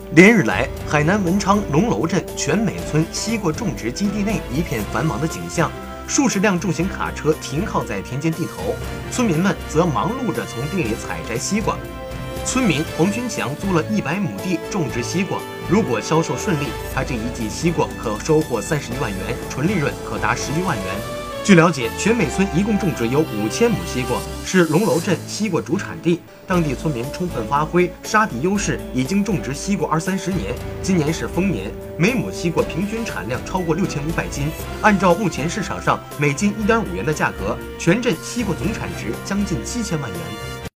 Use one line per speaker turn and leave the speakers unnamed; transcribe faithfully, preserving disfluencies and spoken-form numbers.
连日来，海南文昌龙楼镇全美村西瓜种植基地内一片繁忙的景象，数十辆重型卡车停靠在田间地头，村民们则忙碌着从地里采摘西瓜。村民黄军强租了一百亩地种植西瓜，如果销售顺利，他这一季西瓜可收获三十一万元，纯利润可达十余万元。据了解，全美村一共种植有五千亩西瓜，是龙楼镇西瓜主产地。当地村民充分发挥沙地优势，已经种植西瓜二三十年。今年是丰年，每亩西瓜平均产量超过六千五百斤。按照目前市场上每斤一点五元的价格，全镇西瓜总产值将近七千万元。